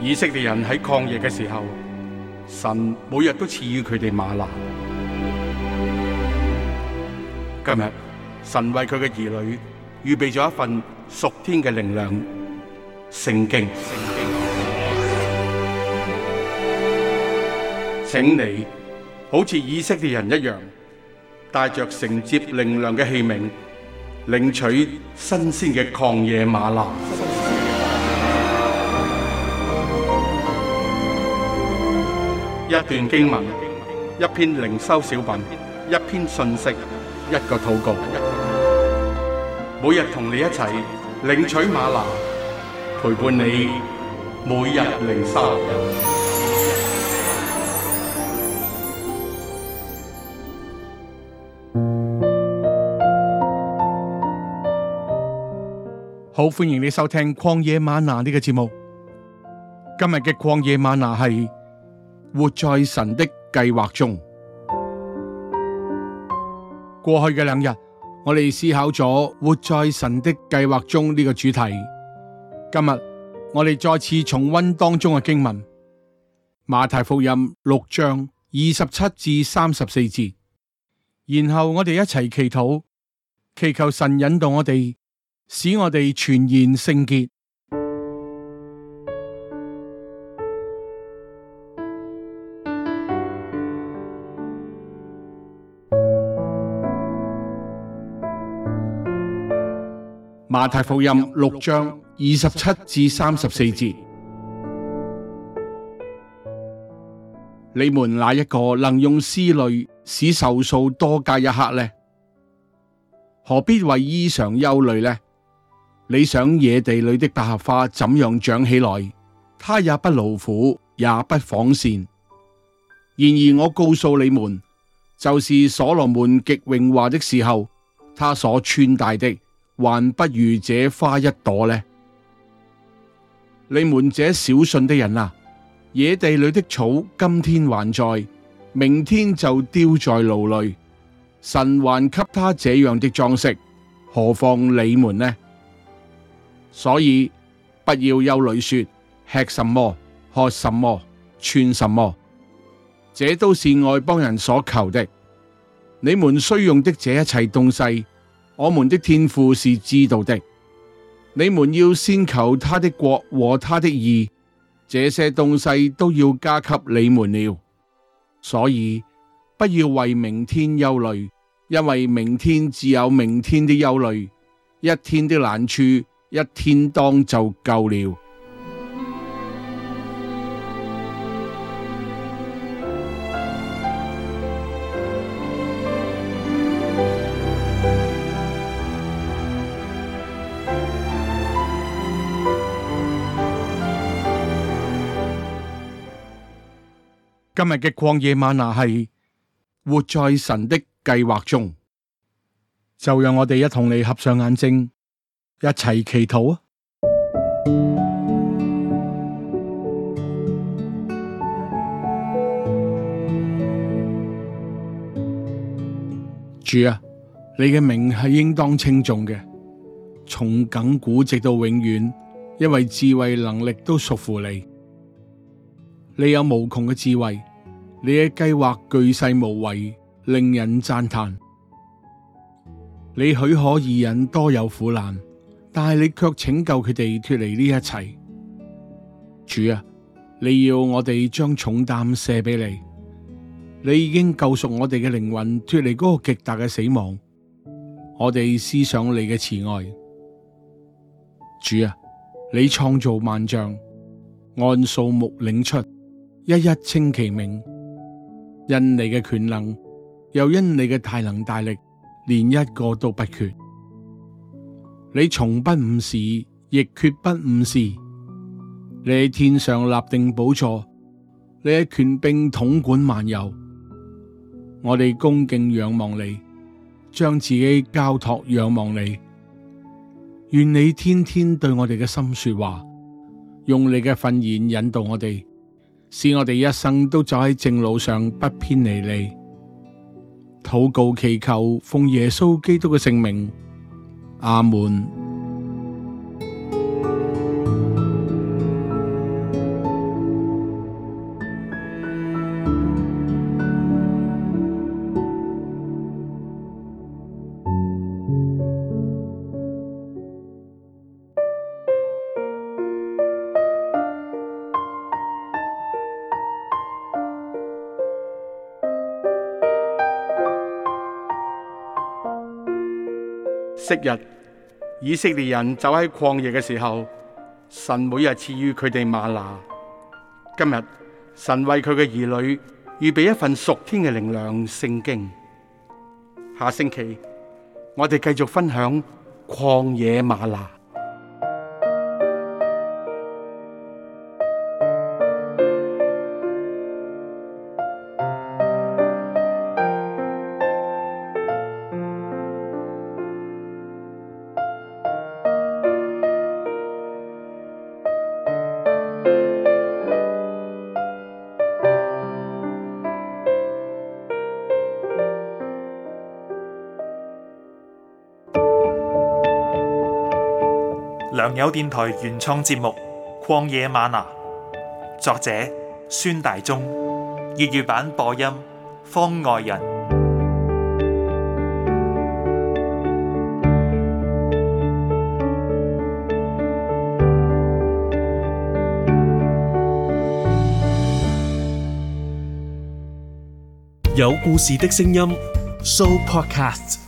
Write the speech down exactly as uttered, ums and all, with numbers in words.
以色列人喺曠野嘅時候，神每日都賜予佢哋嗎哪。今日神為佢嘅兒女預備咗一份屬天嘅靈糧——聖經。請你好似以色列人一樣，帶着承接靈糧嘅器皿，領取新鮮嘅曠野嗎哪。一段經文，一篇靈修小品，一篇信息，一個禱告。每日同你一齊領取嗎哪，陪伴你每日靈修。好，歡迎你收聽曠野嗎哪呢個節目。今日嘅曠野嗎哪係活在神的計劃中。過去嘅兩日，我哋思考咗活在神的計劃中呢個主題。今日我哋再次重溫當中嘅經文，馬太福音六章二十七至三十四節，然後我哋一齊祈禱，祈求神引導我哋，使我哋全然聖潔。馬太福音六章二十七至三十四節，你們哪一個能用思慮使壽數多加一刻呢？何必為衣裳憂慮呢？你想野地裏的百合花怎樣長起來？它也不勞苦，也不紡線。然而我告訴你們，就是所羅門極榮華的時候，他所穿戴的，還不如這花一朵呢。你們這小信的人啊，野地裏的草今天還在，明天就丟在爐裏。神還給他這樣的裝飾，何況你們呢？所以不要憂慮說，吃什麼，喝什麼，穿什麼，這都是外邦人所求的。你們需用的這一切東西，我們的天父是知道的。你們要先求他的國和他的義，這些東西都要加給你們了。所以不要為明天憂慮，因為明天自有明天的憂慮，一天的難處一天當就夠了。今日嘅曠野嗎哪係活在神的計劃中，就讓我哋一同嚟合上眼睛，一齊祈禱啊！主啊，你嘅名係應當稱頌嘅，從亙古直到永遠，因為智慧能力都屬乎你。你有無窮嘅智慧，你嘅計劃巨細無遺，令人讚嘆。你許可義人多有苦難，但係你卻拯救佢哋脫離呢一切。主啊，你要我哋將重擔卸俾你，你已經救贖我哋嘅靈魂脫離嗰個極大嘅死亡。我哋思想你嘅慈愛。主啊，你創造萬象，按數目領出，一一稱其名。因你嘅權能，又因你嘅大能大力，連一個都不缺。你從不誤事，亦決不誤事。你喺天上立定寶座，你喺權柄統管萬有。我哋恭敬仰望你，將自己交託仰望你。願你天天對我哋嘅心說話，用你嘅訓言引導我哋，使我哋一生都走喺正路上，不偏離你。禱告祈求，奉耶穌基督嘅聖名，阿門。 昔日以色列人走喺曠野嘅時候，神每日賜予佢哋嗎哪。今日神為佢嘅兒女預備一份屬天嘅靈糧聖經。下星期我哋繼續分享曠野嗎哪。 良友電台原創節目《曠野嗎哪》，作者孫大中，粵語版播音方外人， 有故事的聲音 Show Podcast。